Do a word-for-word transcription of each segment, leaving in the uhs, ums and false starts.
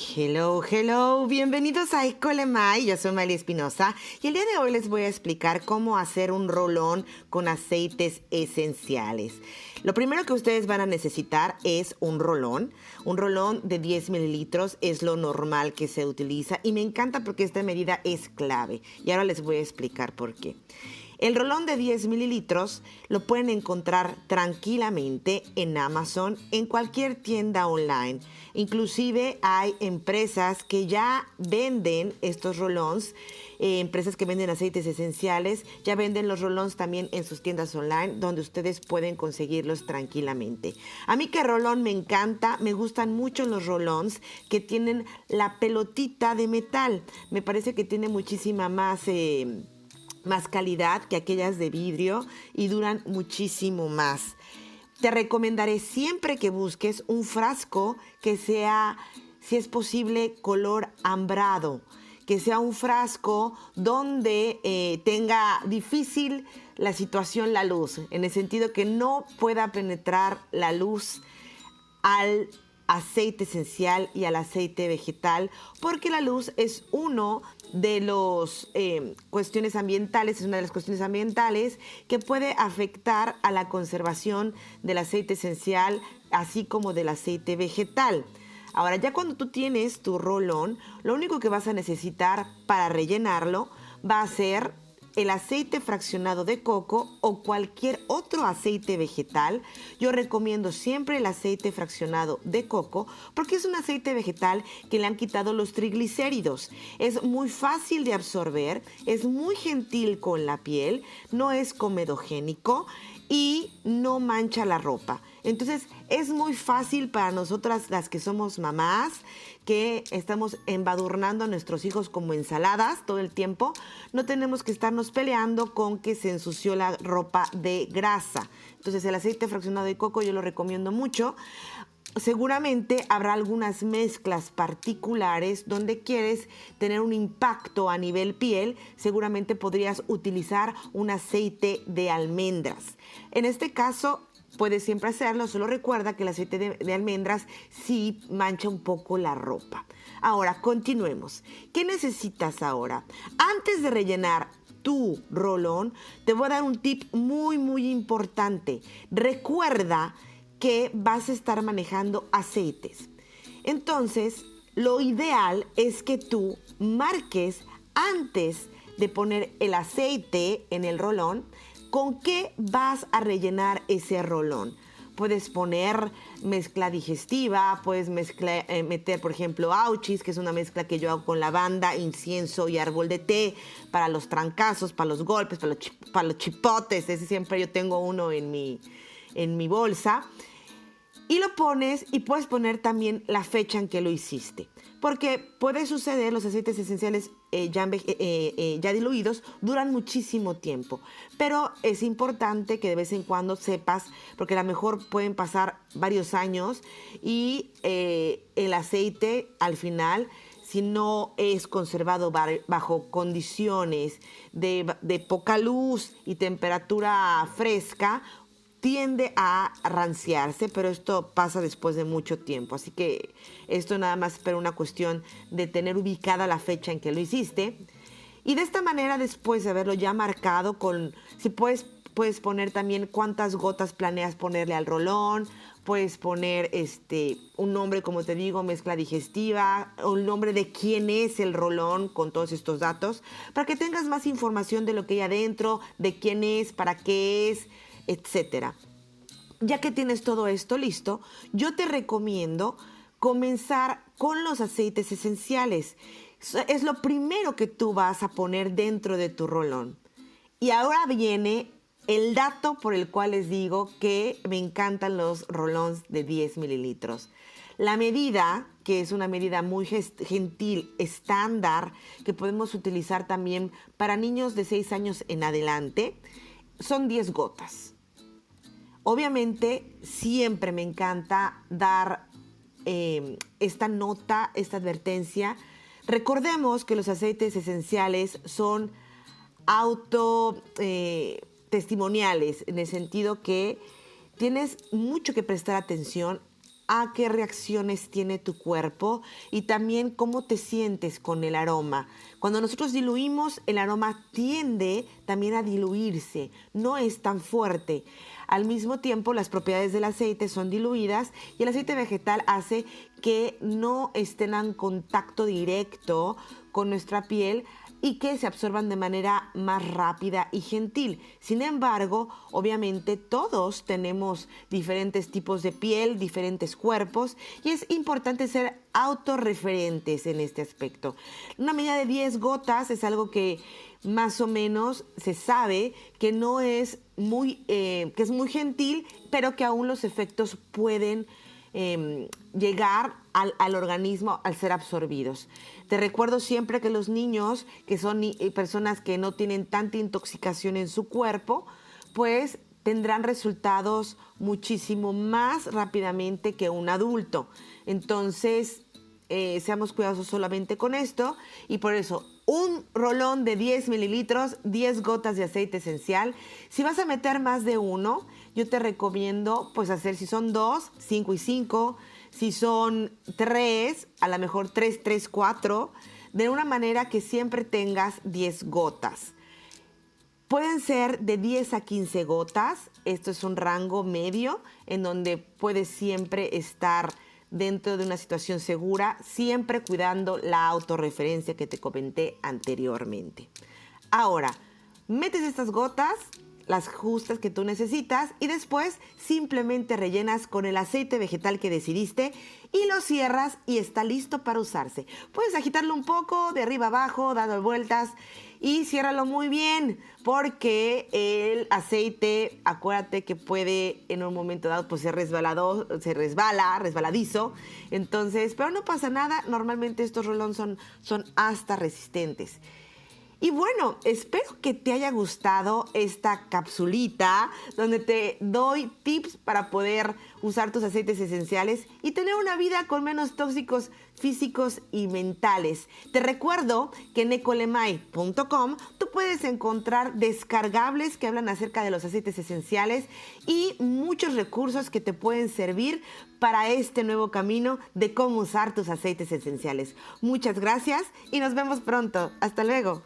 Hello, hello, bienvenidos a Ecolemai, yo soy María Espinosa y el día de hoy les voy a explicar cómo hacer un rolón con aceites esenciales. Lo primero que ustedes van a necesitar es un rolón, un rolón de diez mililitros es lo normal que se utiliza y me encanta porque esta medida es clave y ahora les voy a explicar por qué. El rolón de diez mililitros lo pueden encontrar tranquilamente en Amazon, en cualquier tienda online. Inclusive hay empresas que ya venden estos rolons, eh, empresas que venden aceites esenciales, ya venden los rolons también en sus tiendas online, donde ustedes pueden conseguirlos tranquilamente. A mí que rolón me encanta, me gustan mucho los rolons que tienen la pelotita de metal. Me parece que tiene muchísima más... Eh, más calidad que aquellas de vidrio y duran muchísimo más. Te recomendaré siempre que busques un frasco que sea, si es posible, color ambrado, que sea un frasco donde eh, tenga difícil la situación la luz, en el sentido que no pueda penetrar la luz al aceite esencial y al aceite vegetal, porque la luz es uno de las eh, cuestiones ambientales, es una de las cuestiones ambientales que puede afectar a la conservación del aceite esencial, así como del aceite vegetal. Ahora, ya cuando tú tienes tu rolón, lo único que vas a necesitar para rellenarlo va a ser el aceite fraccionado de coco o cualquier otro aceite vegetal. Yo recomiendo siempre el aceite fraccionado de coco porque es un aceite vegetal que le han quitado los triglicéridos. Es muy fácil de absorber, es muy gentil con la piel, no es comedogénico y no mancha la ropa. Entonces es muy fácil para nosotras las que somos mamás, que estamos embadurnando a nuestros hijos como ensaladas todo el tiempo. No tenemos que estarnos peleando con que se ensució la ropa de grasa. Entonces el aceite fraccionado de coco yo lo recomiendo mucho. Seguramente habrá algunas mezclas particulares donde quieres tener un impacto a nivel piel. Seguramente podrías utilizar un aceite de almendras. En este caso, puedes siempre hacerlo, solo recuerda que el aceite de, de almendras sí mancha un poco la ropa. Ahora, continuemos. ¿Qué necesitas ahora? Antes de rellenar tu rolón, te voy a dar un tip muy, muy importante. Recuerda que vas a estar manejando aceites. Entonces, lo ideal es que tú marques antes de poner el aceite en el rolón, ¿con qué vas a rellenar ese rolón? Puedes poner mezcla digestiva, puedes mezcla, eh, meter, por ejemplo, auchis, que es una mezcla que yo hago con lavanda, incienso y árbol de té, para los trancazos, para los golpes, para los, chip, para los chipotes. Ese siempre yo tengo uno en mi, en mi bolsa. Y lo pones y puedes poner también la fecha en que lo hiciste. Porque puede suceder, los aceites esenciales eh, ya, eh, eh, ya diluidos duran muchísimo tiempo. Pero es importante que de vez en cuando sepas, porque a lo mejor pueden pasar varios años y eh, el aceite al final, si no es conservado bajo condiciones de, de poca luz y temperatura fresca, tiende a ranciarse, pero esto pasa después de mucho tiempo. Así que esto nada más es una cuestión de tener ubicada la fecha en que lo hiciste. Y de esta manera, después de haberlo ya marcado, con, si puedes, puedes poner también cuántas gotas planeas ponerle al rolón, puedes poner este, un nombre, como te digo, mezcla digestiva, un nombre de quién es el rolón con todos estos datos, para que tengas más información de lo que hay adentro, de quién es, para qué es, etcétera. Ya que tienes todo esto listo, yo te recomiendo comenzar con los aceites esenciales. Es lo primero que tú vas a poner dentro de tu rolón. Y ahora viene el dato por el cual les digo que me encantan los rolons de diez mililitros. La medida, que es una medida muy gentil, estándar, que podemos utilizar también para niños de seis años en adelante, son diez gotas. Obviamente, siempre me encanta dar eh, esta nota, esta advertencia. Recordemos que los aceites esenciales son auto eh, testimoniales, en el sentido que tienes mucho que prestar atención a qué reacciones tiene tu cuerpo y también cómo te sientes con el aroma. Cuando nosotros diluimos, el aroma tiende también a diluirse, no es tan fuerte. Al mismo tiempo, las propiedades del aceite son diluidas y el aceite vegetal hace que no estén en contacto directo con nuestra piel y que se absorban de manera más rápida y gentil. Sin embargo, obviamente todos tenemos diferentes tipos de piel, diferentes cuerpos y es importante ser autorreferentes en este aspecto. Una medida de diez gotas es algo que más o menos se sabe que no es muy, eh, que es muy gentil, pero que aún los efectos pueden eh, llegar al, al organismo al ser absorbidos. Te recuerdo siempre que los niños, que son eh, personas que no tienen tanta intoxicación en su cuerpo, pues tendrán resultados muchísimo más rápidamente que un adulto. Entonces, eh, seamos cuidadosos solamente con esto y por eso un rolón de diez mililitros, diez gotas de aceite esencial. Si vas a meter más de uno, yo te recomiendo pues hacer, si son dos, cinco y cinco, si son tres, a lo mejor tres, tres, cuatro, de una manera que siempre tengas diez gotas. Pueden ser de diez a quince gotas, esto es un rango medio en donde puedes siempre estar dentro de una situación segura, siempre cuidando la autorreferencia que te comenté anteriormente. Ahora, metes estas gotas, las justas que tú necesitas y después simplemente rellenas con el aceite vegetal que decidiste y lo cierras y está listo para usarse. Puedes agitarlo un poco de arriba abajo, dando vueltas y ciérralo muy bien porque el aceite, acuérdate que puede en un momento dado pues ser resbalado, se resbala, resbaladizo. Entonces, pero no pasa nada, normalmente estos rolones son, son hasta resistentes. Y bueno, espero que te haya gustado esta capsulita donde te doy tips para poder usar tus aceites esenciales y tener una vida con menos tóxicos físicos y mentales. Te recuerdo que en ecolemai punto com tú puedes encontrar descargables que hablan acerca de los aceites esenciales y muchos recursos que te pueden servir para este nuevo camino de cómo usar tus aceites esenciales. Muchas gracias y nos vemos pronto. Hasta luego.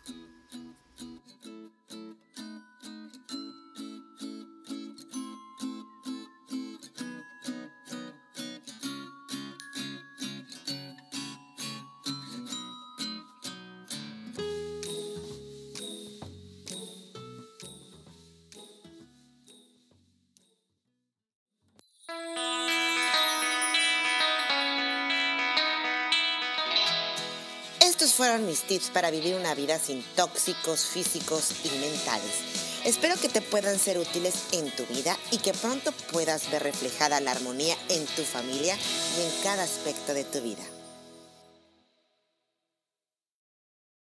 Estos fueron mis tips para vivir una vida sin tóxicos físicos y mentales. Espero que te puedan ser útiles en tu vida y que pronto puedas ver reflejada la armonía en tu familia y en cada aspecto de tu vida.